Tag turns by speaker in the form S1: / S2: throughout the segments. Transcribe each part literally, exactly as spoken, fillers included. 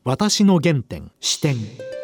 S1: 私の原点視点。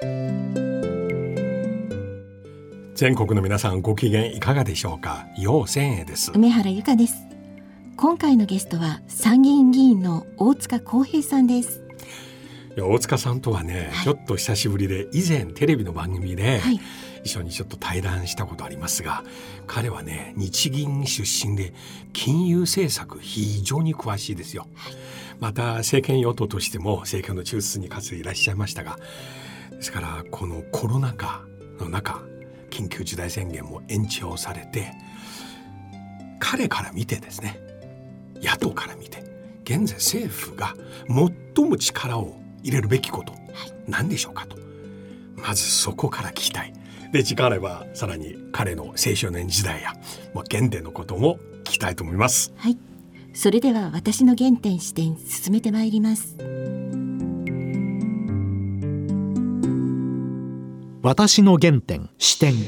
S2: 全国の皆さん、ご機嫌いかがでしょうか。陽千恵です。
S3: 梅原由香です。今回のゲストは参議院議員の大塚康平さんです。
S2: いや、大塚さんとはね、はい、ちょっと久しぶりで、以前テレビの番組で一緒にちょっと対談したことありますが、彼はね、日銀出身で金融政策非常に詳しいですよ。はい、また政権与党としても政権の中枢にかつていらっしゃいましたが、ですからこのコロナ禍の中、緊急事態宣言も延長されて、彼から見てですね、野党から見て現在政府が最も力を入れるべきこと、はい、何でしょうかと、まずそこから聞きたい。で、時間あればさらに彼の青少年時代や、まあ、原点のことも聞きたいと思います。
S3: はい、それでは私の原点視点進めてまいります。
S1: 私の原点視点。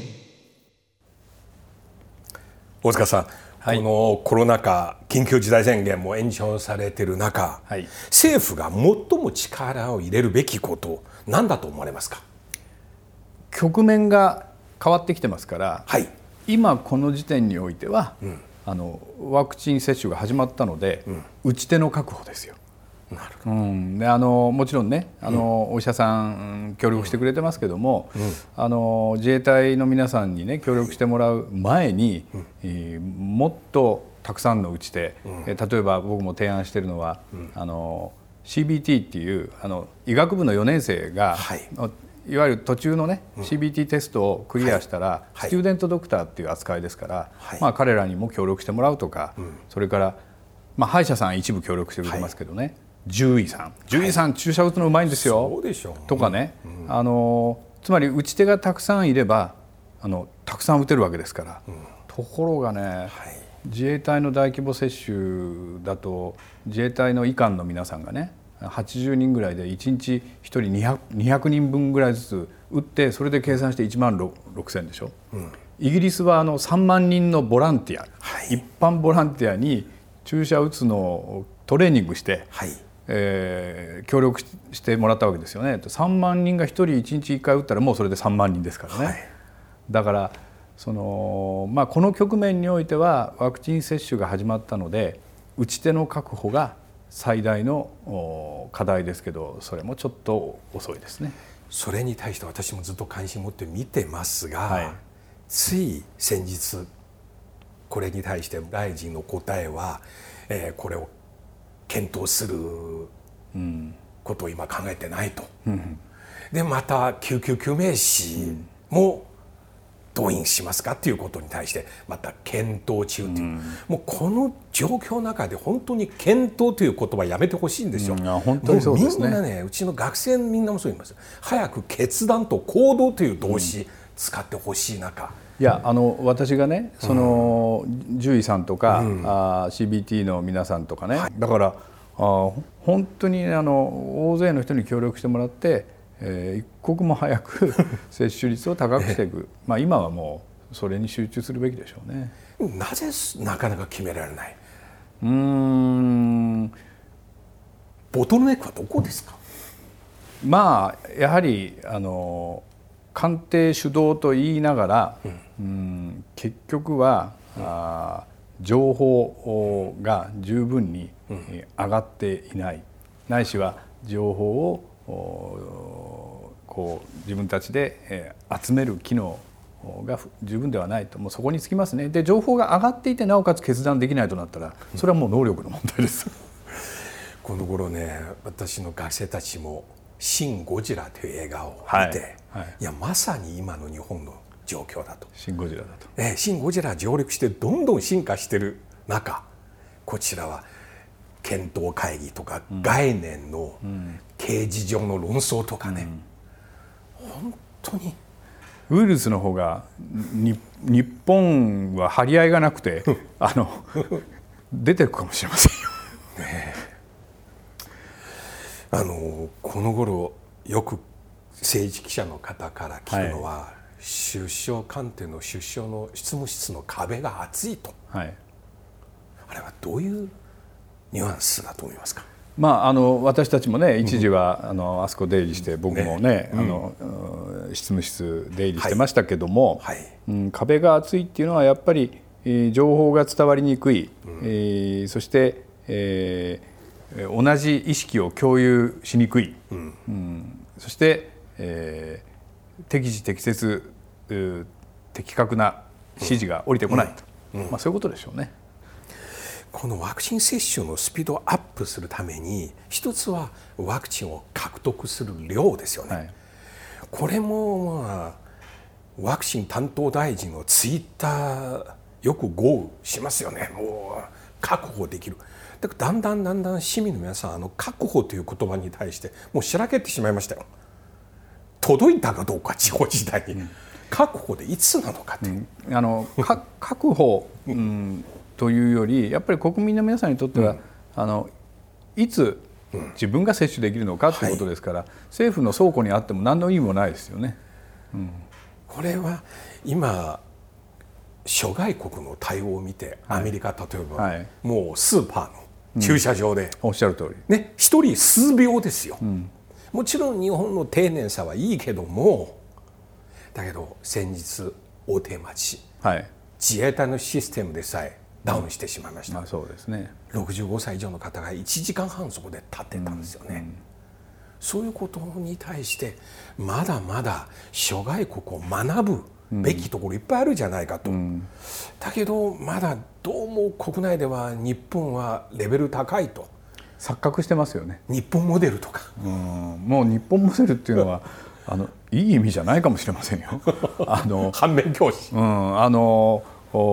S2: 大塚さん、はい、このコロナ禍緊急事態宣言も延長されている中、はい、政府が最も力を入れるべきこと何だと思われますか。
S4: 局面が変わってきてますから、はい、今この時点においては、うん、あのワクチン接種が始まったので、うん、打ち手の確保ですよ。なるほど。うん、であのもちろんね、あの、うん、お医者さん協力してくれてますけども、うん、あの自衛隊の皆さんにね協力してもらう前に、うん、えー、もっとたくさんの打ち手、うん、え例えば僕も提案しているのは、うん、あの シービーティー っていうあの医学部のよねん生が、はい、いわゆる途中のね、うん、シービーティー テストをクリアしたら、はい、スチューデントドクターっていう扱いですから、はい、まあ、彼らにも協力してもらうとか、うん、それから、まあ、歯医者さん一部協力してくれてますけどね、はい、獣医さん獣医さん、はい、注射打つのうまいんですよ。そうでしょうとかね、うん、あのつまり打ち手がたくさんいればあのたくさん打てるわけですから、うん、ところがね、はい、自衛隊の大規模接種だと自衛隊の医官の皆さんがねはちじゅうにんぐらいでいちにちひとりにひゃく、にひゃくにんぶんぐらいずつ打って、それで計算していちまんろくせんでしょ、うん、イギリスはあのさんまんにんのボランティア、はい、一般ボランティアに注射打つのをトレーニングして、はい、えー、協力してもらったわけですよね。さんまんにんがひとりいちにちいっかい打ったらもうそれでさんまんにんですからね、はい、だからその、まあ、この局面においてはワクチン接種が始まったので打ち手の確保が最大の課題ですけど、それもちょっと遅いですね。
S2: それに対して私もずっと関心を持って見てますが、はい、つい先日これに対して大臣の答えは、えー、これを検討することを今考えてないと、うん、でまた救急救命士も動員しますかっていうことに対してまた検討中という、うん、もうこの状況の中で本当に検討という言葉やめてほしいんですよ、うん、本当にそうですね。みんなね、うちの学生みんなもそう言います。早く決断と行動という動詞使ってほしい中、
S4: いや、あの私がね、その、うん、獣医さんとか、うん、あ シービーティー の皆さんとかね、はい、だからあ本当にあの大勢の人に協力してもらって、えー、一刻も早く接種率を高くしていくまあ今はもうそれに集中するべきでしょうね。
S2: なぜなかなか決められない。
S4: うーん
S2: ボトルネックはどこですか。
S4: まあやはりあの官邸主導と言いながら、うん、うん結局は、うん、あ情報が十分に上がっていない、うん、ないしは情報をこう自分たちで集める機能が十分ではないと、もうそこにつきますね。で情報が上がっていてなおかつ決断できないとなったらそれはもう能力の問題です。
S2: この頃ね、私の学生たちもシン・ゴジラという映画を見て、はいはい、いやまさに今の日本の状況だと。
S4: シン・ゴジラだと、
S2: えー、シン・ゴジラ上陸してどんどん進化している中、こちらは検討会議とか概念の刑事上の論争とかね、うんうん、本当に
S4: ウイルスの方がに日本は張り合いがなくてあの出てるかもしれませんよ。ね、
S2: あのこの頃よく政治記者の方から聞くのは、はい、首相官邸の首相の執務室の壁が厚いと、はい、あれはどういうニュアンスだと思いますか。
S4: まあ、あの私たちもね一時は、うん、あのあそこ出入りして僕もね、ねあの、うん、執務室出入りしてましたけども、はいはいうん、壁が厚いっていうのはやっぱり、えー、情報が伝わりにくい、うんえー、そして、えー、同じ意識を共有しにくい、うんうん、そして、えー、適時適切的確な指示が降りてこないと、うんうんまあ、そういうことでしょうね。
S2: このワクチン接種のスピードをアップするために一つはワクチンを獲得する量ですよね、はい、これも、まあ、ワクチン担当大臣のツイッターよく豪雨しますよね。もう確保できる。だからだんだんだんだん市民の皆さんあの確保という言葉に対してもうしらけてしまいましたよ。届いたかどうか地方自体に、うん、確保でいつなのかって、うん、あの
S4: か確保、うんというよりやっぱり国民の皆さんにとっては、うん、あのいつ自分が接種できるのかということですから、はい、政府の倉庫にあっても何の意味もないですよね、うん、
S2: これは今諸外国の対応を見て、はい、アメリカ例えば、はい、もうスーパーの駐車場で、
S4: うん、おっしゃる通り、
S2: ね、一人数秒ですよ、うん、もちろん日本の丁寧さはいいけどもだけど先日大手町、はい、自衛隊のシステムでさえダウンしてしまいました、
S4: まあそうですね、
S2: ろくじゅうごさい以上の方がいちじかんはんそこで立ってたんですよね、うんうん、そういうことに対してまだまだ諸外国を学ぶべきところいっぱいあるじゃないかと、うん、だけどまだどうも国内では日本はレベル高いと
S4: 錯覚してますよね。
S2: 日本モデルとか、
S4: うん、もう日本モデルっていうのはあのいい意味じゃないかもしれませんよあの
S2: 反面教師、
S4: うん、あの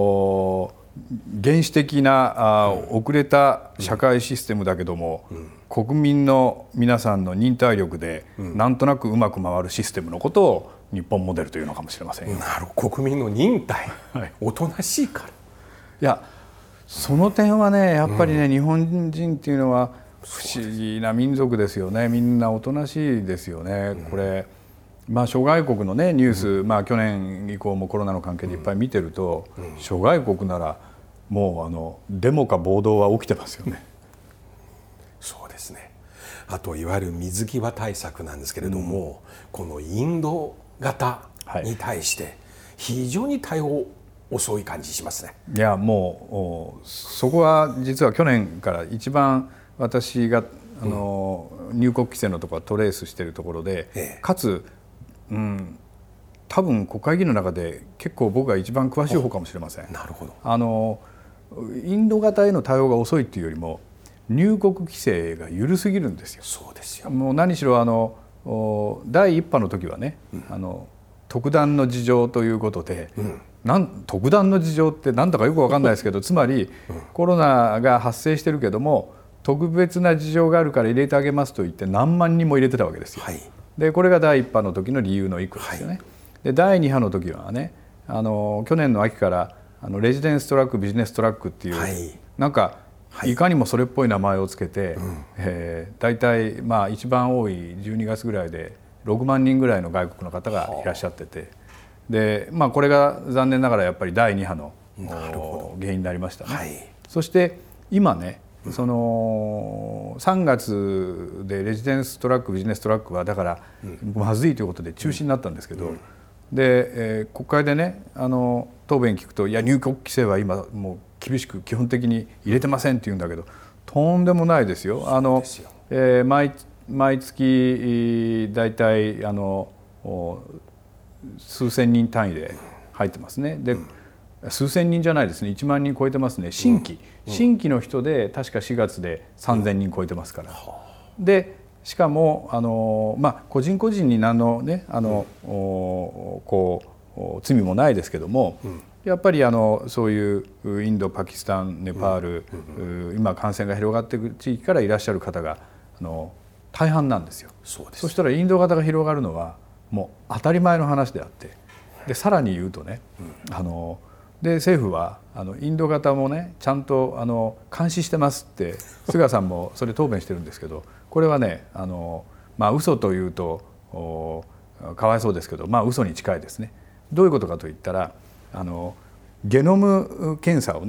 S4: 原始的なあ遅れた社会システムだけども、うん、国民の皆さんの忍耐力で、うん、なんとなくうまく回るシステムのことを日本モデルというのかもしれませんよ。
S2: なるほど、国民の忍耐、はい、おとなしいから。い
S4: やその点はねやっぱりね、うん、日本人っていうのは不思議な民族ですよね。みんなおとなしいですよね、うん、これまあ、諸外国の、ね、ニュース、うんまあ、去年以降もコロナの関係でいっぱい見てると、うん、諸外国ならもうあのデモか暴動は起きてますよね。
S2: そうですね。あといわゆる水際対策なんですけれども、うん、このインド型に対して非常に対応遅い感じしますね。
S4: いやもうそこは実は去年から一番私があの、うん、入国規制のところはトレースしているところで、ええ、かつうん、多分国会議員の中で結構僕が一番詳しい方かもしれません。
S2: なるほど。あ
S4: のインド型への対応が遅いっていうよりも入国規制が緩すぎるんですよ。
S2: そうですよ。
S4: もう何しろあの第一波の時はね、うん、あの特段の事情ということで、うん、なん特段の事情って何だかよく分かんないですけどつまり、うん、コロナが発生してるけども特別な事情があるから入れてあげますと言って何万人も入れてたわけですよ。はい、でこれが第一波の時の理由の一個ですよね。はい、で第二波の時はねあの去年の秋からあのレジデンストラックビジネストラックっていう、はい、なんかいかにもそれっぽい名前をつけて、はいえー、大体まあ一番多いじゅうにがつぐらいでろくまんにんぐらいの外国の方がいらっしゃっててで、まあ、これが残念ながらやっぱり第二波の原因になりましたね。はい、そして今ねそのさんがつでレジデンストラックビジネストラックはだからまずいということで中止になったんですけど、で、えー、国会でねあの答弁聞くといや入国規制は今もう厳しく基本的に入れてませんって言うんだけどとんでもないですよ。あのえー、毎, 毎月だいたいあの数千人単位で入ってますね。で数千人じゃないですねいちまんにん超えてますね。新規、うん、新規の人で確かしがつでさんぜんにん超えてますから、うん、でしかもあの、まあ、個人個人に何のねあの、うん、こう罪もないですけども、うん、やっぱりあのそういうインドパキスタンネパール、うんうん、今感染が広がっていく地域からいらっしゃる方があの大半なんですよ。そうです。そしたらインド型が広がるのはもう当たり前の話であってでさらに言うとね、うん、あので政府はあのインド型もねちゃんとあの監視してますって菅さんもそれ答弁してるんですけどこれはねあの、まあ、嘘というとかわいそうですけど、まあ、嘘に近いですね。どういうことかといったらあのゲノム検査をね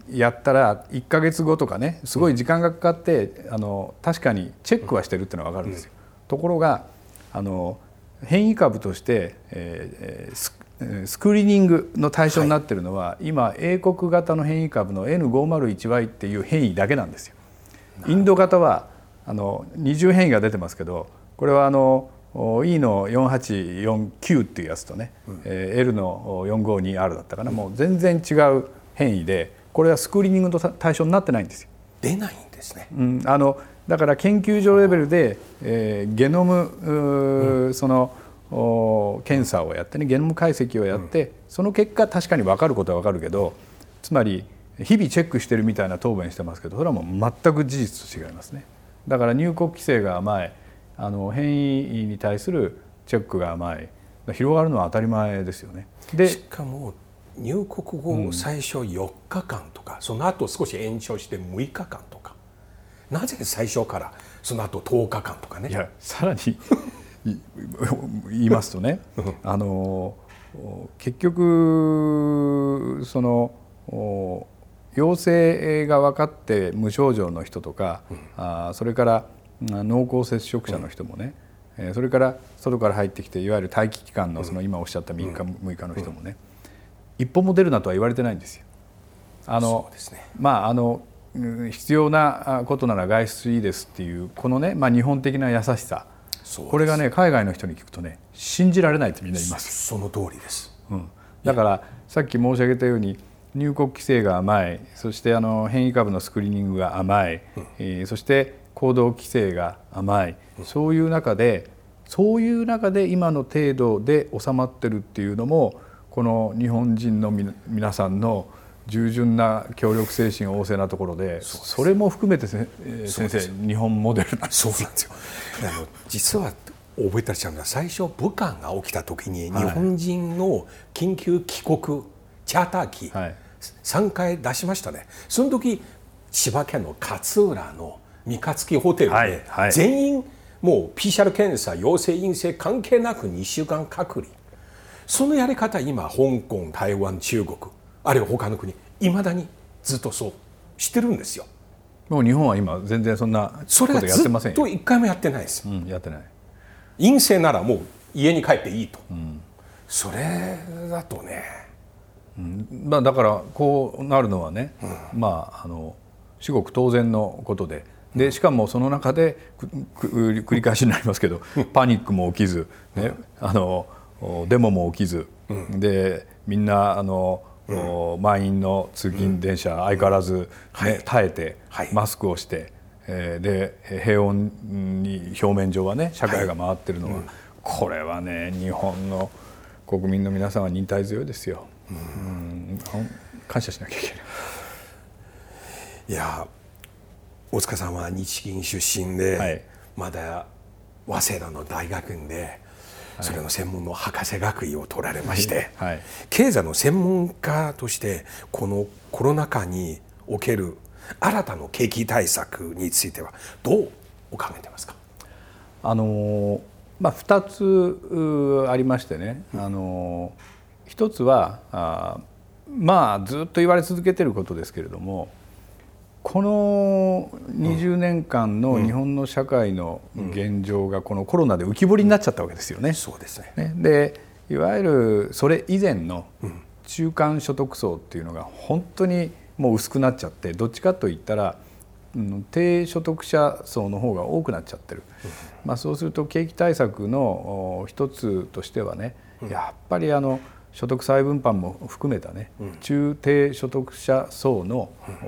S4: やったらいっかげつごとかねすごい時間がかかってあの確かにチェックはしてるっていうのは分かるんですよ。ところがあの変異株として、えー、ス, スクリーニングの対象になっているのは、はい、今英国型の変異株の エヌごーまるいちワイ っていう変異だけなんですよ。インド型はあの二重変異が出てますけど、これはあの E のよんはちよんきゅうっていうやつとね、うんえー、L の よんごーにアール だったかな、もう全然違う変異で、これはスクリーニングの対象になってないんですよ。
S2: 出ないんですね。
S4: うん、あのだから研究所レベルで、えー、ゲノム、うん、その検査をやってね、ゲノム解析をやって、うん、その結果確かに分かることは分かるけど、つまり日々チェックしてるみたいな答弁してますけど、それはもう全く事実と違いますね。だから入国規制が甘い、あの変異に対するチェックが甘い、広がるのは当たり前ですよね。で
S2: しかも入国後、うん、最初よっかかんとか、その後少し延長してむいかかんとか、なぜ最初からその後とおかかんとかね。
S4: いやさらに言いますとねあの結局その陽性が分かって無症状の人とか、うん、あそれから濃厚接触者の人もね、うん、それから外から入ってきていわゆる待機期間のその今おっしゃったみっか、むいかの人もね、一歩も出るなとは言われてないんですよ。あのそうですね、まああの必要なことなら外出いいですっていうこのね、まあ、日本的な優しさ、これがね海外の人に聞くとね信じられないってみんな言います。
S2: その通りです、
S4: うん、だからさっき申し上げたように入国規制が甘い、そしてあの変異株のスクリーニングが甘い、うんえー、そして行動規制が甘い、うん、そういう中でそういう中で今の程度で収まってるっていうのも、この日本人のみ皆さんの従順な協力精神旺盛なところで、 そ, それも含めてせ、えー、先生日本モデルなんです。
S2: そうなんですよ。あの実は覚えたりしたのは、最初武漢が起きた時に日本人の緊急帰国チャーター機、はい、さんかい出しましたね。その時千葉県の勝浦の三日月ホテルで全員もう ピーシーアール 検査陽性陰性関係なくにしゅうかん隔離、そのやり方今香港、台湾、中国あるいは他の国いまだにずっとそうしてるんですよ。
S4: もう日本は今全然そんなことやってませんよ。
S2: それはずっと一回もやってないですよ、
S4: うん、やってない。
S2: 陰性ならもう家に帰っていいと、うん、それだとね、
S4: うんまあ、だからこうなるのはね、うん、まああの至極当然のことで、でしかもその中で繰り返しになりますけどパニックも起きず、ね、あのデモも起きず、うん、でみんなあのうん、満員の通勤電車、うん、相変わらず、ねはい、耐えて、はい、マスクをして、えー、で平穏に表面上はね社会が回ってるのは、はいうん、これはね日本の国民の皆さんは忍耐強いですよ、うんうん、感謝しなきゃいけない。
S2: いや大塚さんは日銀出身で、はい、まだ早稲田の大学院でそれの専門の博士学位を取られまして、はいはい、経済の専門家としてこのコロナ禍における新たな景気対策についてはどうお考えてますか？
S4: あの、まあ、ふたつありましてね、あのひとつはあまあずっと言われ続けていることですけれども、このにじゅうねんかんの日本の社会の現状がこのコロナで浮き彫りになっちゃったわけですよね。
S2: そうですね。
S4: でいわゆるそれ以前の中間所得層っていうのが本当にもう薄くなっちゃって、どっちかといったら低所得者層の方が多くなっちゃってる、まあ、そうすると景気対策の一つとしてはね、やっぱりあの所得再分配も含めたね、うん、中低所得者層の、うん、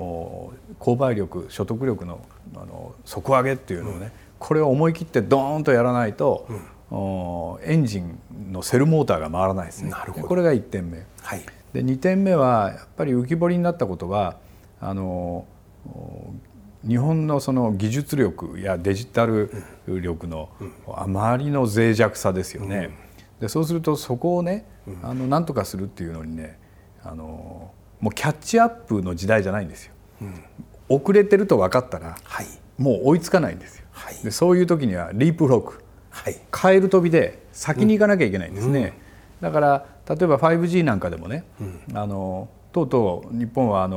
S4: 購買力所得力 の, あの底上げっていうのをね、うん、これを思い切ってドーンとやらないと、うん、エンジンのセルモーターが回らないですね。
S2: なるほど。
S4: これがいってんめ、はい、でにてんめはやっぱり浮き彫りになったことはあの日本のその技術力やデジタル力のあまりの脆弱さですよね、うん、でそうするとそこをねあの何とかするっていうのにね、あのもうキャッチアップの時代じゃないんですよ、うん、遅れてると分かったら、はい、もう追いつかないんですよ、はい、でそういう時にはリープフロック、はい、カエル飛びで先に行かなきゃいけないんですね、うん、だから例えば ファイブジー なんかでもね、うん、あのとうとう日本はあの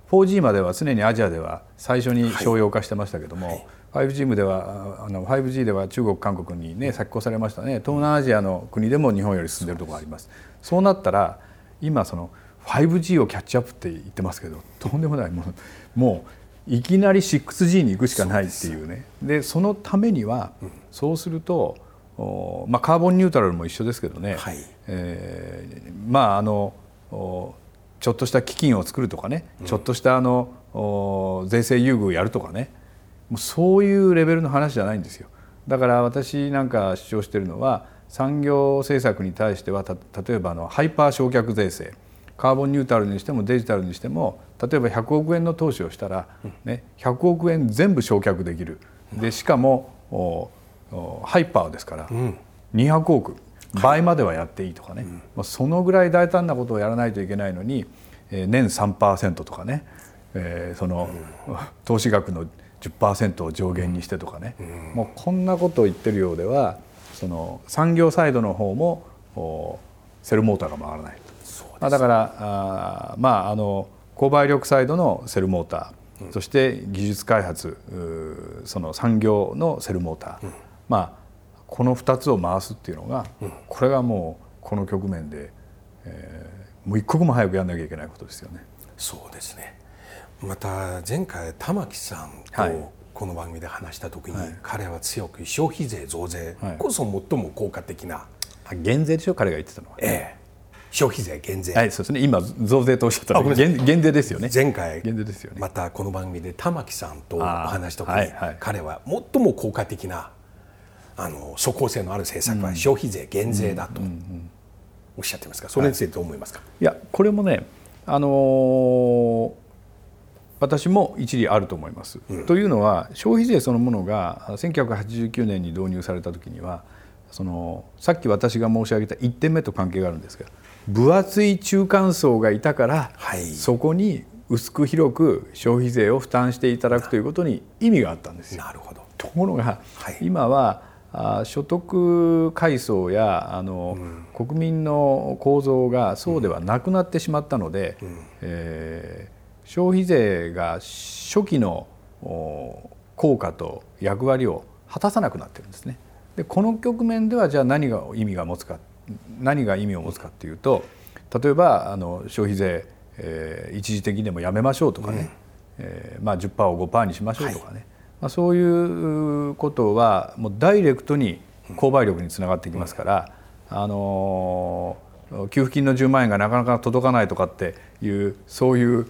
S4: フォージー までは常にアジアでは最初に商用化してましたけども、はい、ファイブジー ではあの ファイブジー では中国韓国にね先越されましたね。東南アジアの国でも日本より進んでるところがあります。そうなったら今その ファイブジー をキャッチアップって言ってますけど、とんでもない、もう、もういきなり シックスジー に行くしかないっていうね。でそのためには、うん、そうするとまあ、カーボンニュートラルも一緒ですけどね、はい、えー、まああのちょっとした基金を作るとかね、うん、ちょっとしたあの税制優遇をやるとかね、もうそういうレベルの話じゃないんですよ。だから私なんか主張しているのは、産業政策に対してはた例えばあのハイパー償却税制、カーボンニュートラルにしてもデジタルにしても、例えばひゃくおくえんの投資をしたら、ね、ひゃくおくえん全部償却できる。でしかもハイパーですから、うん、にひゃくおく倍まではやっていいとかね、うん、まあ、そのぐらい大胆なことをやらないといけないのに、えー、年 さんパーセント とかね、えー、その、うん、投資額の じゅっパーセント を上限にしてとかね、うん、もうこんなことを言ってるようでは、その産業サイドの方もセルモーターが回らないと。まあ、だからあ、まあ、あの購買力サイドのセルモーター、うん、そして技術開発、その産業のセルモーター、うん、まあ、このふたつを回すっていうのが、うん、これがもうこの局面で、えー、もう一刻も早くやらなきゃいけないことですよね。
S2: そうですね。また前回玉木さんとこの番組で話した時に、はい、彼は強く消費税増税こそ最も効果的な、
S4: はい、減税でしょ、彼が言ってたのは、
S2: ええ、消費税減税、
S4: はい、そうですね。今増税とおっしゃったので 減, 減税ですよね。
S2: 前回
S4: 減税ですよね。
S2: またこの番組で玉木さんとお話した時に、はいはい、彼は最も効果的なあの即効性のある政策は消費税減税だとおっしゃってますが、それについてどう思いますか。はい、
S4: いやこれもね、あのー、私も一理あると思います。うん、というのは、消費税そのものがせんきゅうひゃくはちじゅうきゅうねんに導入された時には、そのさっき私が申し上げたいってんめと関係があるんですが、分厚い中間層がいたから、はい、そこに薄く広く消費税を負担していただくということに意味があったんですよ。
S2: なるほど。
S4: ところが、はい、今は所得階層やあの、うん、国民の構造がそうではなくなってしまったので、うん、えー、消費税が初期の効果と役割を果たさなくなっているんですね。でこの局面ではじゃあ何が意味が持つか何が意味を持つかっていうと、例えばあの消費税、えー、一時的にでもやめましょうとかね、うん、えーまあ、じゅっパーセントを ごパーセント にしましょうとかね、はい、まあ、そういうことはもうダイレクトに購買力につながってきますから、うん、あの給付金のじゅうまんえんがなかなか届かないとかっていうそういう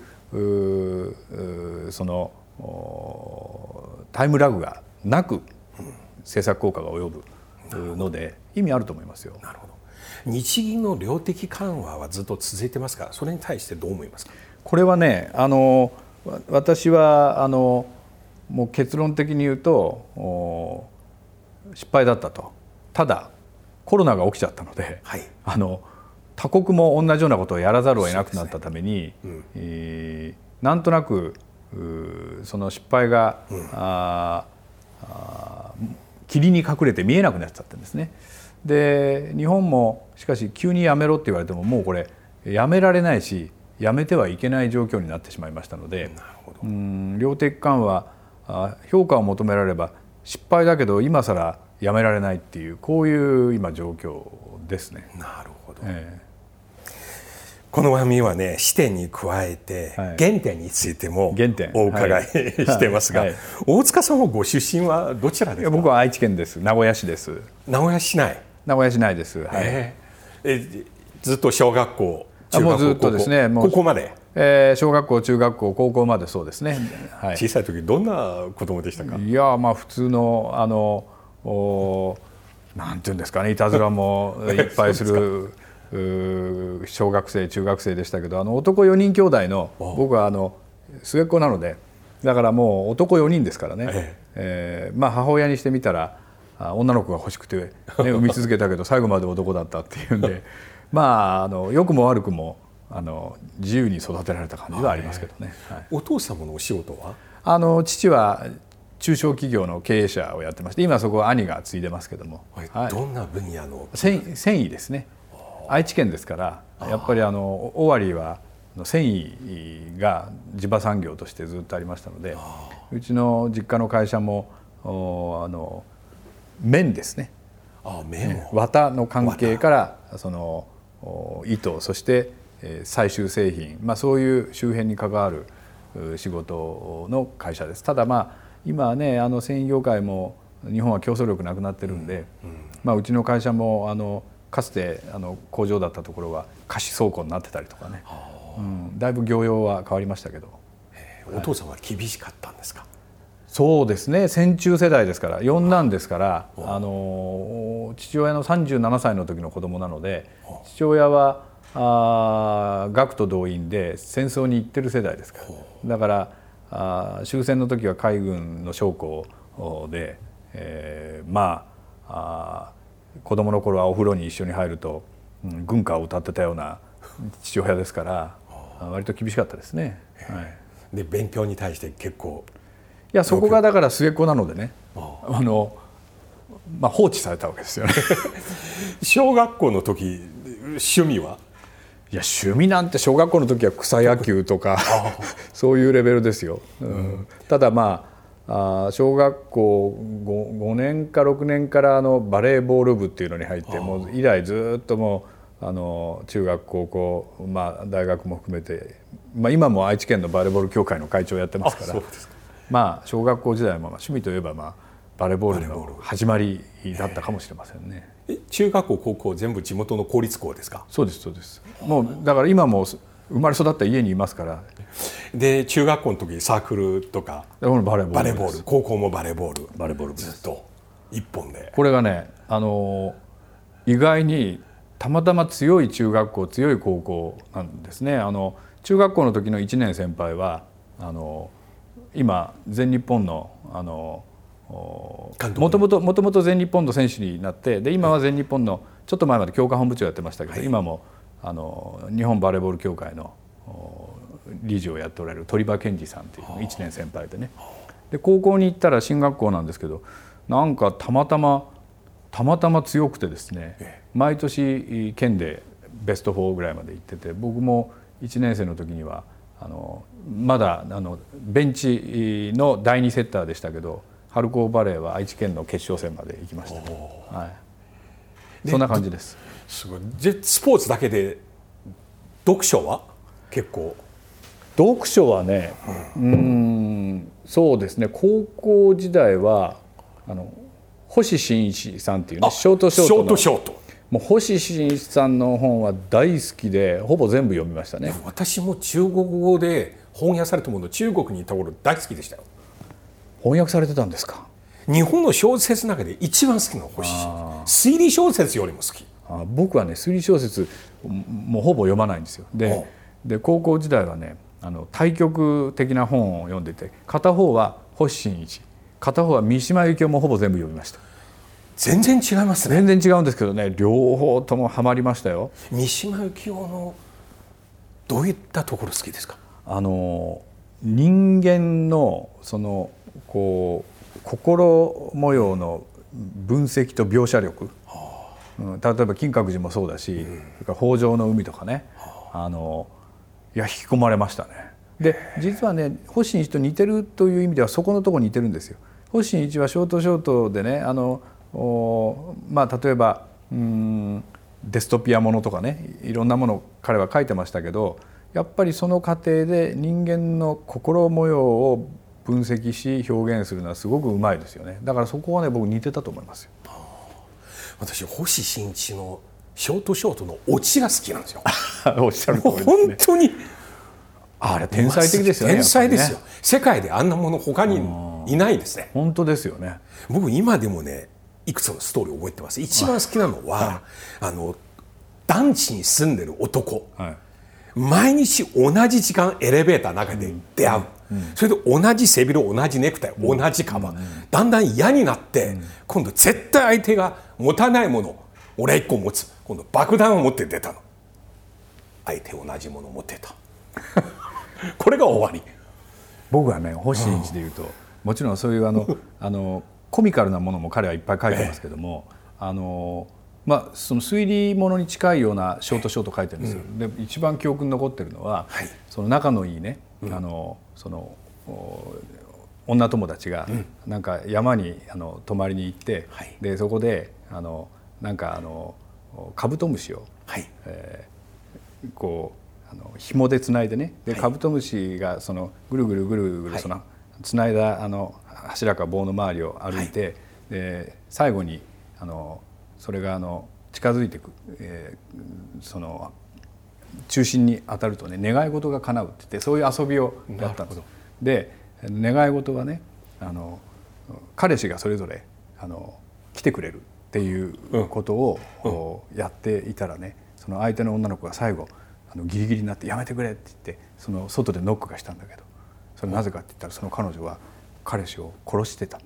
S4: そのタイムラグがなく政策効果が及ぶので意味あると思いますよ。
S2: なるほど。日銀の量的緩和はずっと続いてますから、それに対してどう思いますか。
S4: これはね、あの私はあのもう結論的に言うと失敗だったと。ただコロナが起きちゃったので、はい、あの他国も同じようなことをやらざるを得なくなったために、ね、うん、えー、なんとなくその失敗が、うん、ああ霧に隠れて見えなくなっちゃったんですね。で日本もしかし急にやめろって言われてももうこれやめられないしやめてはいけない状況になってしまいましたので、なるほど、うん、量的緩和評価を求められれば失敗だけど今更やめられないっていうこういう今状況ですね。
S2: なるほど、えーこの番組はね、視点に加えて原点についてもお伺いしてますが、はいはい、大塚さんはご出身はどちらですか。
S4: 僕は愛知県です。名古屋市です。
S2: 名古屋市内。
S4: 名古屋市内です。はい、
S2: えー、えずっと小学校、中学校、
S4: もうずっとですね、もう
S2: ここまで、
S4: えー、小学校、中学校、高校までそうですね。
S2: はい、小さい時どんな子供でしたか。
S4: いやまあ普通のあのおなんていうんですかね、いたずらもいっぱいする小学生中学生でしたけど、あの男よにん兄弟の僕はあの末っ子なので、だからもう男よにんですからね、えええーまあ、母親にしてみたら女の子が欲しくて、ね、産み続けたけど最後まで男だったっていうんでまああの良くも悪くもあの自由に育てられた感じはありますけどね。はい、
S2: お父様のお仕事は。
S4: あの父は中小企業の経営者をやってまして、今そこは兄が継いでますけども、
S2: はいはい、どんな分野の。
S4: 繊維、繊維ですね。愛知県ですからやっぱりあの尾張は繊維が地場産業としてずっとありましたので、うちの実家の会社もあの綿ですね、
S2: あ綿を
S4: 綿の関係からその糸、そして最終製品、まあ、そういう周辺に関わる仕事の会社です。ただまあ今はね、あの繊維業界も日本は競争力なくなってるんで、うんうん、まあ、うちの会社もあのかつてあの工場だったところは貸し倉庫になってたりとかね、うん、だいぶ業用は変わりましたけど。
S2: お父さんは厳しかったんですか？はい、
S4: そうですね、戦中世代ですから、四男ですから、あの父親のさんじゅうななさいの時の子供なので、父親はあ学徒動員で戦争に行ってる世代ですから、だからあ終戦の時は海軍の将校で、えー、まあ、あ子供の頃はお風呂に一緒に入ると、うん、軍歌を歌ってたような父親ですから、割と厳しかったですね。はい、
S2: で勉強に対して結構、
S4: いやそこがだから末っ子なのでね、あの、まあ、放置されたわけですよね。
S2: 小学校の時趣味は？
S4: いや趣味なんて小学校の時は草野球とかそういうレベルですよ。うん、ただまあ、あ小学校 5, ごねんかろくねんからあのバレーボール部っていうのに入って、もう以来ずっともうあの中学高校、まあ、大学も含めて、まあ、今も愛知県のバレーボール協会の会長をやってますから、まあ、小学校時代も趣味といえば、まあ、バレーボールの始まりだったかもしれませんね。
S2: え中学校高校全部地元の公立校ですか？
S4: そうですそうです。もうだから今も生まれ育った家にいますから。
S2: で中学校の時サークルとか
S4: バレーボール、
S2: バレーボール、高校もバレーボール、
S4: バレーボール
S2: ずっと一本で。
S4: これがね、あの意外にたまたま強い中学校強い高校なんですね。あの中学校の時のいちねん先輩はあの今全日本のあのもともともともと全日本の選手になって、で今は全日本のちょっと前まで強化本部長やってましたけど、はい、今もあの日本バレーボール協会の理事をやっておられる鳥羽健二さんといういちねん先輩でね、で高校に行ったら進学校なんですけど、なんかたまたまたまたま強くてですね、毎年県でベストよんぐらいまで行ってて、僕もいちねん生の時にはあのまだあのベンチのだいにセッターでしたけど、春高バレーは愛知県の決勝戦まで行きました、はい、そんな感じです。
S2: すごい。でスポーツだけで読書は結構？
S4: 読書はね、うん、うーんそうですね、高校時代はあの星新一さんっていうね、ショートショートの
S2: ショートショート
S4: もう星新一さんの本は大好きで、ほぼ全部読みましたね。
S2: 私も中国語で翻訳されたもの、中国にいた頃大好きでしたよ。
S4: 翻訳されてたんですか？
S2: 日本の小説の中で一番好きなの星新一。推理小説よりも好き。
S4: あ僕はね推理小説もうほぼ読まないんですよ。で、で高校時代はね、あの対極的な本を読んでて、片方は星新一、片方は三島由紀夫もほぼ全部読みました。
S2: 全然違いますね。
S4: 全然違うんですけどね、両方ともハマりましたよ。
S2: 三島由紀夫のどういったところ好きですか？
S4: あの人間のそのこう心模様の分析と描写力、うん、例えば金閣寺もそうだし、うん、それから北条の海とかね、あのいや引き込まれましたね。で実はね、星新一と似てるという意味ではそこのところに似てるんですよ。星新一はショートショートでね、あのまあ例えばうーんデストピアものとかね、いろんなものを彼は書いてましたけど、やっぱりその過程で人間の心模様を分析し表現するのはすごくうまいですよね。だからそこはね僕似てたと思いますよ。
S2: 私星新一のショートショートのオチが好きなんですよ。
S4: おっしゃる通りですね。
S2: 本当に
S4: あれ天才的ですよね。
S2: 天才ですよ、ね、世界であんなもの他にいないですね。
S4: 本当ですよね。
S2: 僕今でもねいくつのストーリーを覚えてます。一番好きなのは、はい、あの団地に住んでる男、はい、毎日同じ時間エレベーターの中で出会う、うんうん、それで同じ背広、同じネクタイ、うん、同じカバン、うん、だんだん嫌になって、うん、今度絶対相手が持たないもの俺一個持つ、今度爆弾を持って出たの。相手同じものを持ってた。これが終わり。
S4: 僕はね星新一でいうと、もちろんそういうあのあのコミカルなものも彼はいっぱい書いてますけども、ええ、あのまあ、その推理ものに近いようなショートショート書いてるんですよ。うん、で一番記憶に残ってるのは、はい、その仲のいいね、うん、あのその女友達がなんか山にあの泊まりに行って、はい、でそこであのなんかあのカブトムシを、はい、えー、こうあの紐でつないでね、でカブトムシがそのぐるぐるぐるぐるそのつないだあの柱か棒の周りを歩いて、はい、で最後にあのそれがあの近づいていく、えー、その中心に当たるとね願い事が叶うって言って、そういう遊びをやったんです。で願い事はね、あの彼氏がそれぞれあの来てくれるっていうことをやっていたらね、その相手の女の子が最後あのギリギリになってやめてくれって言って、その外でノックがしたんだけど、それなぜかって言ったらその彼女は彼氏を殺してたんです。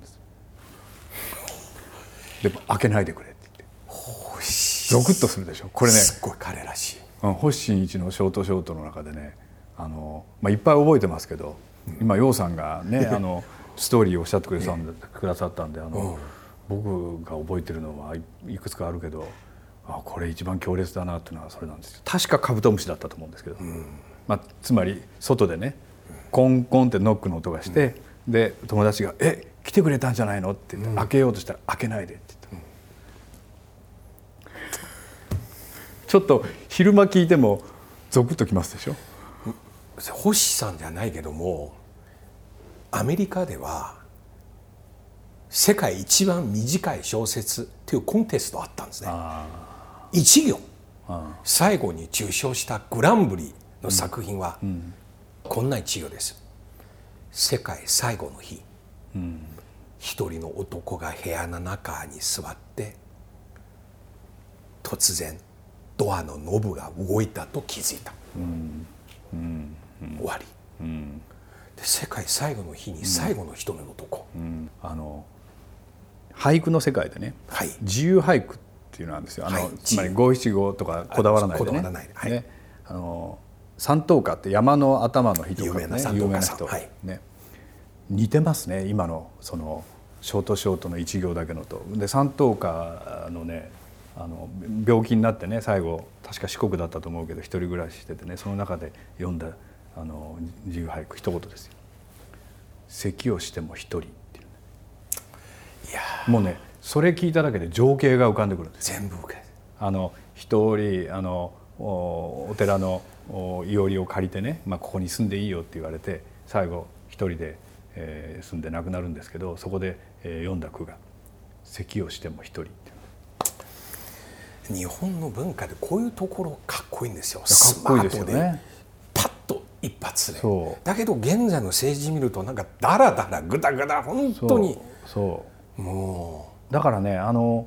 S4: でも開けないでくれって言ってゾクッとするでしょ。これね
S2: すっごい彼らしい。
S4: 星新一のショートショートの中でね、あの、まあ、いっぱい覚えてますけど、うん、今楊さんがねあのストーリーをおっしゃってくれさん、ね、くださったんで、あの、うん、僕が覚えてるのはいくつかあるけど、あこれ一番強烈だなっていうのはそれなんですよ。確かカブトムシだったと思うんですけど、うん、まあ、つまり外でねコンコンってノックの音がして、うん、で友達が「え来てくれたんじゃないの?」って言って、うん、開けようとしたら「開けないで」って言った、うん、ちょっと昼間聞いてもゾクッときますでしょ。
S2: 星さんじゃないけども、アメリカでは世界一番短い小説っていうコンテストあったんですね。一行最後に受賞したグランブリの作品はこんな一行です。世界最後の日、うん、一人の男が部屋の中に座って突然ドアのノブが動いたと気づいた、うんうんうん、終わり、うん、で世界最後の日に最後の一人の男、うんうん、
S4: あの俳句の世界でね、はい、自由俳句っていうのなんですよ。あの、はい、つまり五七五とかこだわらないでね、はいね、あの山頭火って山の頭の日とか、ね、有名な有名な人、はいね、似てますね今のそのショートショートの一行だけのと。で山頭火のねあの病気になってね、最後確か四国だったと思うけど一人暮らししててね、その中で読んだあの自由俳句一言ですよ。咳をしても一人っていう、いやもうねそれ聞いただけで情景が浮かんでくるんですよ。
S2: 全部浮かんで、
S4: あの一人あの お, お寺のいおりを借りてね、まあ、ここに住んでいいよって言われて最後一人で、えー、住んで亡くなるんですけど、そこで、えー、読んだ句が咳をしても一人っていう。
S2: 日本の文化でこういうところかっこいいんですよ。
S4: かっこいいですよね。
S2: パッと一発で。だけど現在の政治見るとなんかダラダラグダグダ本当に
S4: そうもうだからね、あの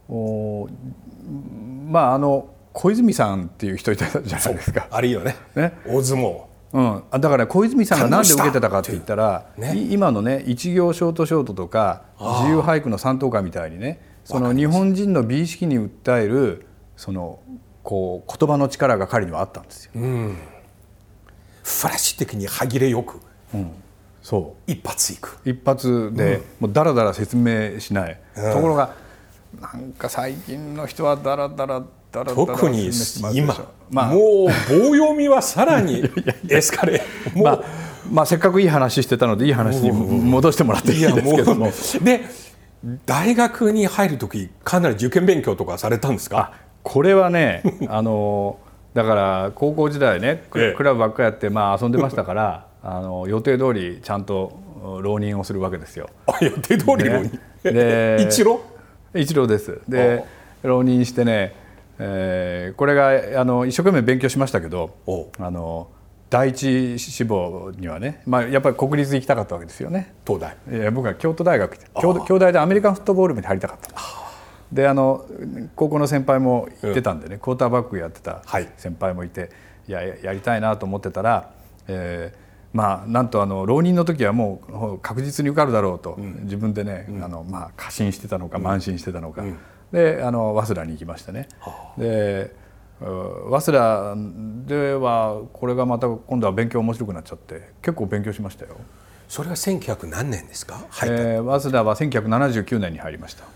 S4: まああの小泉さんっていう人いたじゃないですか。
S2: あるよね。ね、大相撲。
S4: うん、だから小泉さんが何で受けてたかって言ったら、ね、今のね一行ショートショートとか自由俳句の山頭火みたいにね、その日本人の美意識に訴えるそのこう言葉の力が彼にはあったんですよ。うん、
S2: フラッシュ的に歯切れよく、
S4: うん、そう
S2: 一発いく
S4: 一発で、うん、もうダラダラ説明しない、うん、ところがなんか最近の人はダラダラダラダラ
S2: 特に今、まあ、もう棒読みはさらにエスカレー
S4: まあ、まあせっかくいい話してたのでいい話に戻してもらっていいですけども、
S2: で大学に入る時かなり受験勉強とかされたんですか？
S4: これはねあのだから高校時代ねクラブばっかりやって、まあ、遊んでましたからあの予定通りちゃんと浪人をするわけですよ。
S2: あ予定通り浪人、ね、で一浪
S4: 一浪です。で浪人してね、えー、これがあの一生懸命勉強しましたけど、あの第一志望にはね、まあ、やっぱり国立行きたかったわけですよね。
S2: 東大。
S4: いや僕は京都大学京京大でアメリカンフットボール部に入りたかった。であの高校の先輩も行ってたんでね、うん、クォーターバックやってた先輩もいて、はい、いややりたいなと思ってたら、えー、まあなんとあの浪人の時はもう確実に受かるだろうと、うん、自分でね、うん、あのまあ過信してたのか慢心してたのか、うん、であの早稲田に行きましたね。うん、で早稲田ではこれがまた今度は勉強面白くなっちゃって結構勉強しましたよ。
S2: それはせんきゅうひゃく何年ですか？
S4: えー、早稲田はせんきゅうひゃくななじゅうきゅうねんに入りました。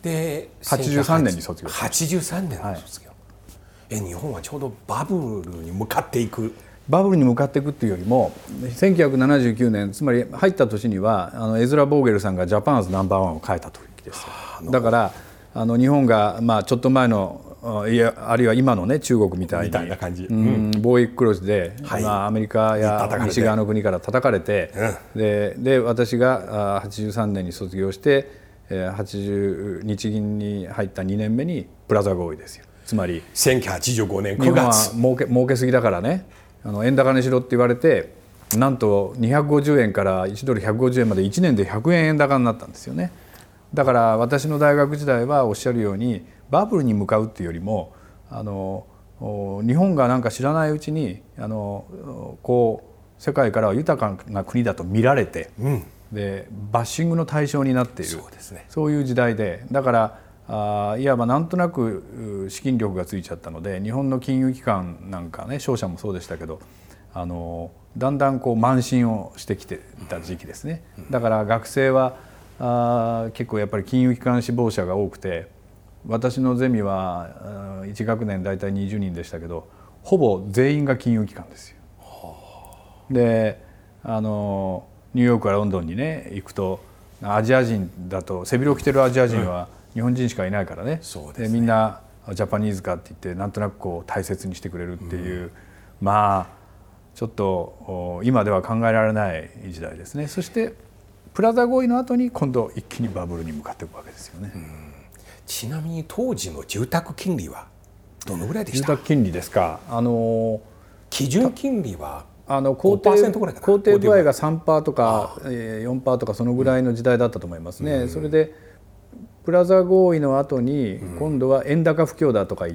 S2: で
S4: はちじゅうさんねんに卒業。
S2: はちじゅうさんねんの卒業、はい、え日本はちょうどバブルに向かっていく
S4: バブルに向かっていくっていうよりもせんきゅうひゃくななじゅうきゅうねんつまり入った年にはあのエズラ・ボーゲルさんがジャパンアズナンバーワンを変えた時ですよ。だからあの日本が、まあ、ちょっと前のいやあるいは今の、ね、中国みたいに
S2: みたいな感じ、
S4: うん、貿易黒字で、はい、まあ、アメリカや西側の国から叩かれて、うん、で, で私がはちじゅうさんねんに卒業してはちじゅう日銀に入ったにねんめにプラザ合意ですよ。つまり
S2: せんきゅうひゃくはちじゅうごねんくがつ
S4: 日本は儲け、儲けすぎだからねあの円高にしろって言われてなんとにひゃくごじゅうえんからいちドルひゃくごじゅうえんまでいちねんでひゃくえん円高になったんですよね。だから私の大学時代はおっしゃるようにバブルに向かうっていうよりもあの日本がなんか知らないうちにあのこう世界からは豊かな国だと見られて、うん、でバッシングの対象になっている
S2: そうですね、
S4: そういう時代でだからあいわばなんとなく資金力がついちゃったので日本の金融機関なんかね商社もそうでしたけどあのだんだんこう慢心をしてきていた時期ですね。だから学生はあ結構やっぱり金融機関志望者が多くて私のゼミはいち学年大体にじゅうにんでしたけどほぼ全員が金融機関ですよ。であのニューヨークからロンドンにね行くとアジア人だと背広着てるアジア人は日本人しかいないからね、うん、でみんなジャパニーズかって言ってなんとなくこう大切にしてくれるっていう、うん、まあちょっと今では考えられない時代ですね。そしてプラザ合意の後に今度一気にバブルに向かっていくわけですよね。うん、
S2: ちなみに当時の住宅金利はどのぐらいでした？
S4: 住宅金利ですか。あの
S2: 基準金利は
S4: あの公定公定部合が さんパーセント とか よんパーセント とかそのぐらいの時代だったと思いますね。うん、それでプラザ合意の後に今度は円高不況だとか言って、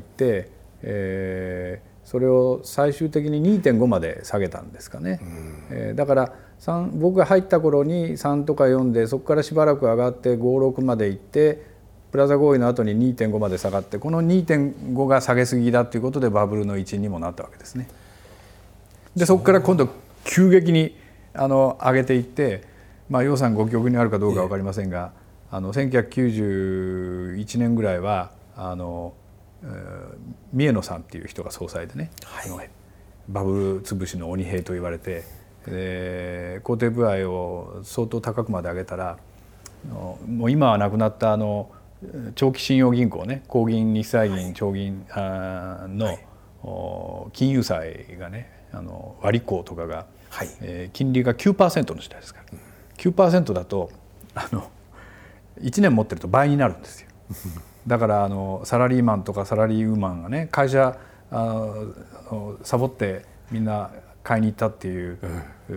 S4: えー、それを最終的に にてんご まで下げたんですかね。うん、えー、だからさん僕が入った頃にさんとかよんでそこからしばらく上がってご、ろくまで行ってプラザ合意の後に にてんご まで下がってこの にてんご が下げすぎだということでバブルの一因にもなったわけですね。でそこから今度急激にあの上げていって、まあ、楊さんご記憶にあるかどうか分かりませんが、あのせんきゅうひゃくきゅうじゅういちねんぐらいはあの、えー、三重野さんっていう人が総裁でね、はい、バブル潰しの鬼兵と言われてで公定部合を相当高くまで上げたらもう今はなくなったあの長期信用銀行ね工銀日債銀長銀の金融債がねあの割り子とかが、はいえー、金利が きゅうパーセント の時代ですから、うん、きゅうパーセント だとあのいちねん持ってると倍になるんですよ。だからあのサラリーマンとかサラリーウーマンがね会社あサボってみんな買いに行ったっていう、うん、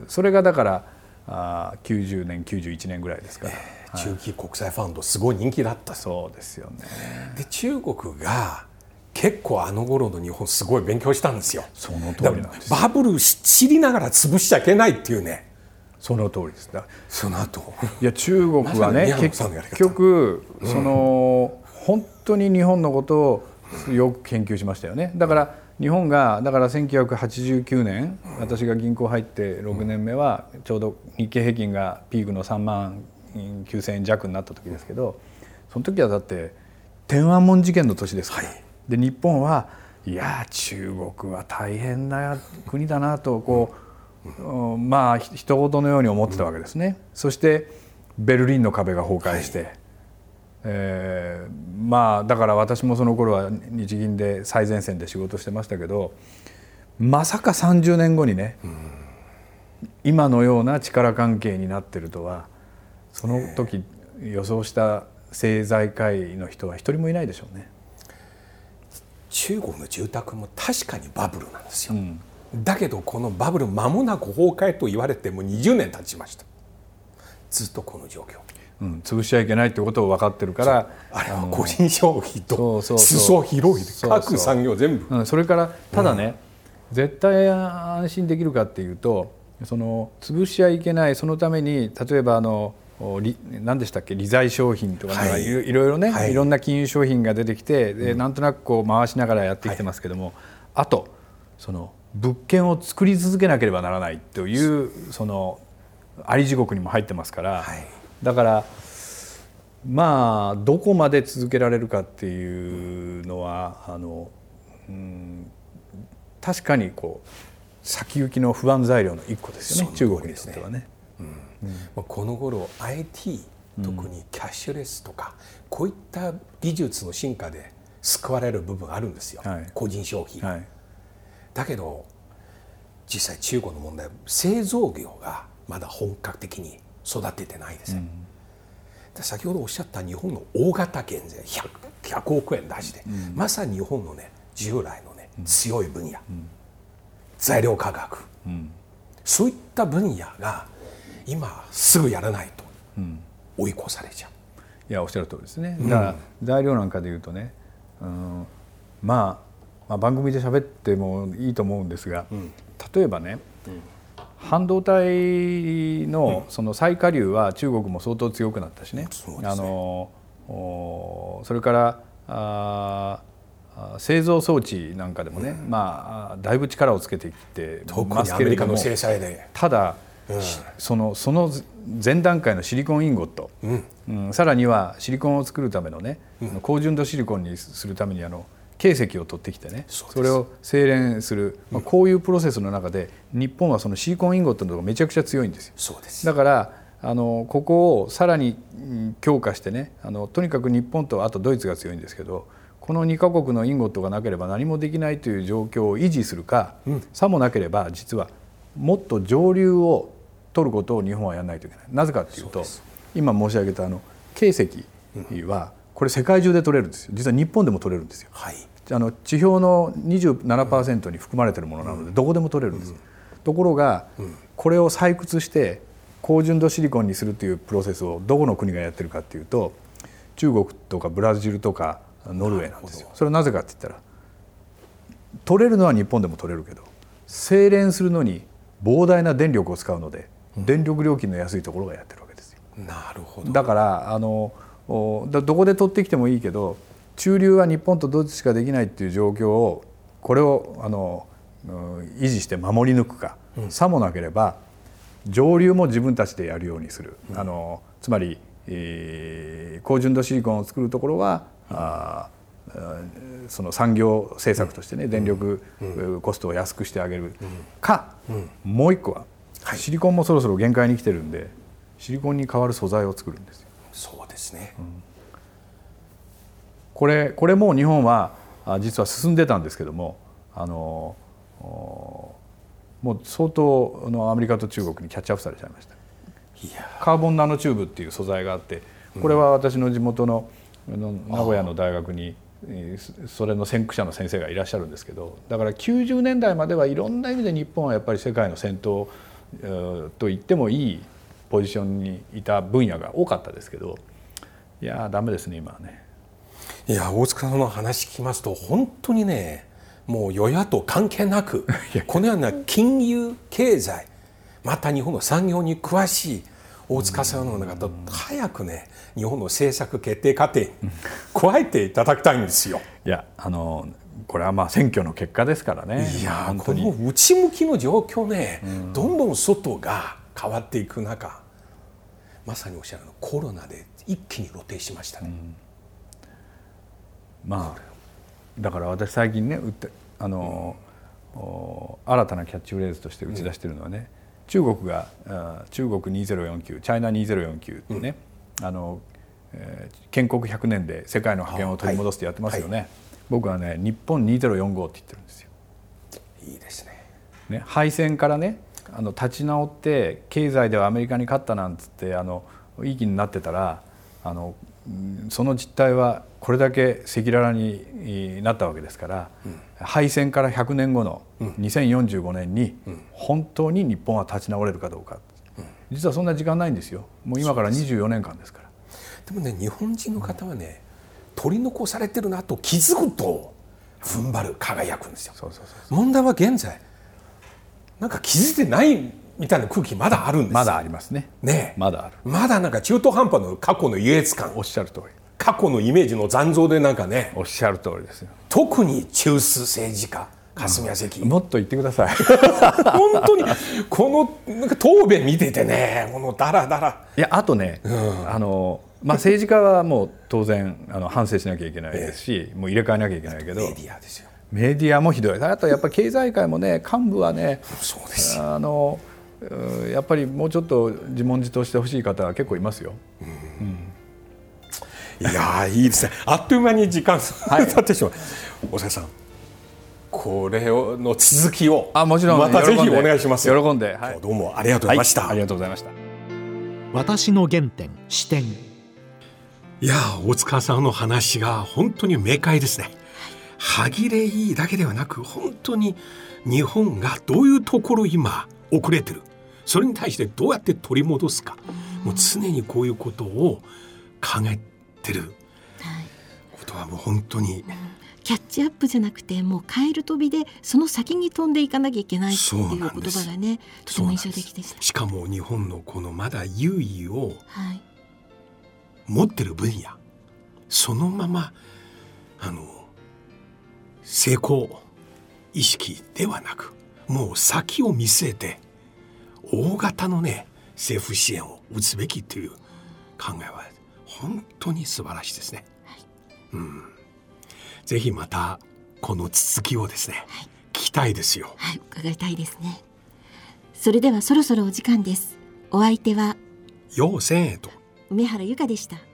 S4: それがだからあきゅうじゅうねんきゅうじゅういちねんぐらいですから、
S2: えー、中期国債ファンドすごい人気だった。
S4: そうですよね。
S2: で中国が結構あの頃の日本すごい勉強したんですよ。
S4: その通りなんです。
S2: バブル知りながら潰しちゃいけないっていうね。
S4: その通りです。だ
S2: その後
S4: いや中国はね結局その、うん、本当に日本のことをよく研究しましたよね。だから日本がだからせんきゅうひゃくはちじゅうきゅうねん私が銀行入ってろくねんめはちょうど日経平均がピークのさんまんきゅうせんえん弱になった時ですけどその時はだって天安門事件の年ですから、はい、で日本はいや中国は大変な国だなとこう、うん、まあ人事のように思ってたわけですね。うん、そしてベルリンの壁が崩壊して、はいえー、まあだから私もその頃は日銀で最前線で仕事してましたけどまさかさんじゅうねんごにね、うん、今のような力関係になってるとはその時予想した政財界の人は一人もいないでしょうね。
S2: 中国の住宅も確かにバブルなんですよ。うん、だけどこのバブル間もなく崩壊と言われてもにじゅうねん経ちました。ずっとこの状況。
S4: うん、潰しちゃいけないってことを分かってるから
S2: あれは個人消費と裾広いで各産業全部、
S4: うん、それからただね、うん、絶対安心できるかっていうとその潰しちゃいけないそのために例えばあの何でしたっけ理財商品とか、はい、いろいろね、はい、いろんな金融商品が出てきてでなんとなくこう回しながらやってきてますけども、はい、あとその物件を作り続けなければならないというそのあり地獄にも入ってますから、はい、だからまあどこまで続けられるかっていうのはあの、うん、確かにこう先行きの不安材料の一個ですよね、中国にとってはね。
S2: うんうん、この頃 アイティー、特にキャッシュレスとか、うん、こういった技術の進化で救われる部分あるんですよ、はい、個人消費、はい、だけど実際中国の問題は製造業がまだ本格的に育ててないですね、うん、先ほどおっしゃった日本の大型減税 ひゃく, ひゃくおくえん出して、うん、まさに日本のね従来のね強い分野、うん、材料価格、うん、そういった分野が今すぐやらないと追い越されちゃう、
S4: うん、いやおっしゃる通りですね。だから材料なんかでいうとね、うん、まあ、まあ番組で喋ってもいいと思うんですが、うん、例えばね、うん、半導体 の, その再下流は中国も相当強くなったしね、うん、あのそれからあ製造装置なんかでもね、うん、まあだいぶ力をつけてきてますけれども、ただ、うん、そのその前段階のシリコンインゴット、うんうん、さらにはシリコンを作るためのね、うん、高純度シリコンにするためにあの珪石を取ってきてね、 そ, それを精錬する、まあ、こういうプロセスの中で日本はそのシリコンインゴットのところがめちゃくちゃ強いんですよ。
S2: そうです。
S4: だからあのここをさらに強化してね、あのとにかく日本とあとドイツが強いんですけど、このにカ国のインゴットがなければ何もできないという状況を維持するか、うん、さもなければ実はもっと上流を取ることを日本はやらないといけない。なぜかというと、今申し上げたあの珪石はこれ世界中で取れるんですよ。実は日本でも取れるんですよ、はい、あの地表の にじゅうななパーセント に含まれているものなのでどこでも取れるんです、うん、ところが、うん、これを採掘して高純度シリコンにするというプロセスをどこの国がやってるかというと、中国とかブラジルとかノルウェーなんですよ。それはなぜかって言ったら、取れるのは日本でも取れるけど精錬するのに膨大な電力を使うので、うん、電力料金の安いところがやってるわけですよ。
S2: なるほど。
S4: だからあのどこで取ってきてもいいけど、中流は日本とドイツしかできないっていう状況をこれをあの維持して守り抜くか、うん、さもなければ上流も自分たちでやるようにする、うん、あのつまり、えー、高純度シリコンを作るところは、うん、あその産業政策としてね、うん、電力、うん、コストを安くしてあげる、うん、か、うん、もう一個は、はい、シリコンもそろそろ限界に来てるんでシリコンに代わる素材を作るんですよ。
S2: そうですね、うん、
S4: これ、これも日本は実は進んでたんですけども、あのもう相当のアメリカと中国にキャッチアップされちゃいました。いやカーボンナノチューブっていう素材があって、これは私の地元の名古屋の大学にそれの先駆者の先生がいらっしゃるんですけど、だからきゅうじゅうねんだいまではいろんな意味で日本はやっぱり世界の先頭と言ってもいいポジションにいた分野が多かったですけど、いやダメですね今はね。
S2: いや大塚さんの話聞きますと本当にね、もう与野党関係なくこのような金融経済また日本の産業に詳しい大塚さんの方と早くね日本の政策決定過程に加えていただきたいんですよ。
S4: いやあのこれはまあ選挙の結果ですからね。
S2: いやこの内向きの状況ね、うん、どんどん外が変わっていく中、まさにおっしゃるのコロナで一気に露呈しましたね、
S4: うん、まあだから私最近ねあの、うん、新たなキャッチフレーズとして打ち出しているのはね、うん、中国が中国にせんよんじゅうきゅうチャイナにせんよんじゅうきゅうってね、うん、あの、えー、建国ひゃくねんで世界の覇権を取り戻すってやってますよね、はいはい、僕はね日本にせんよんじゅうごって言ってるんですよ。
S2: いいですね。
S4: ね、敗戦からねあの立ち直って経済ではアメリカに勝ったなんつってあのいい気になってたら、あのその実態はこれだけ赤裸々になったわけですから、うん、敗戦からひゃくねんごのにせんよんじゅうごねんに本当に日本は立ち直れるかどうか、うん、実はそんな時間ないんですよ。もう今からにじゅうよねんかんですから。
S2: でもね日本人の方はね、うん、取り残されてるなと気づくと踏ん張る輝くんですよ。そうそうそうそう。問題は現在なんか気づいてないみたいな空気まだあるんですよ。
S4: まだありますね。
S2: ねえ、
S4: まだある。
S2: まだなんか中途半端の過去の優越感。
S4: おっしゃる通り。
S2: 過去のイメージの残像でなんかね。
S4: おっしゃる通りですよ。
S2: 特に中枢政治家霞が関、
S4: うん、もっと言ってください。
S2: 本当にこのなんか答弁見ててね、このダラダラ。
S4: いやあとね、うん、あのまあ、政治家はもう当然あの反省しなきゃいけないですし、えー、もう入れ替えなきゃいけないけど、
S2: メディアですよ。
S4: メディアもひどい。あとやっぱり経済界もね、幹部はね、
S2: そうです
S4: あのやっぱりもうちょっと自問自答してほしい方は結構いますよ。うん
S2: うん、いやいいですね。あっという間に時間経ってしまう。大坂さん、これの続きを
S4: あもちろん
S2: またぜひお願いします。
S4: 喜んで、
S2: はい、どうもありがとうございました。
S4: はい、ありがとうございました。
S1: 私の原点視点。
S2: いや大塚さんの話が本当に明快ですね。歯切れいいだけではなく、本当に日本がどういうところ今遅れてる、それに対してどうやって取り戻すか、もう常にこういうことを考えてることはもう本当に、
S3: キャッチアップじゃなくて、もうカエル飛びでその先に飛んでいかなきゃいけないっていう言葉がね、とても印象的でした。
S2: しかも日本のこのまだ優位を持ってる分野、そのままあの成功意識ではなく、もう先を見据えて大型のね政府支援を打つべきという考えは本当に素晴らしいですね。はい、うん、ぜひまたこの続きをですね、はい、聞きたいですよ。
S3: はい、伺いたいですね。それではそろそろお時間です。お相手は
S2: 陽千恵と
S3: 梅原由香でした。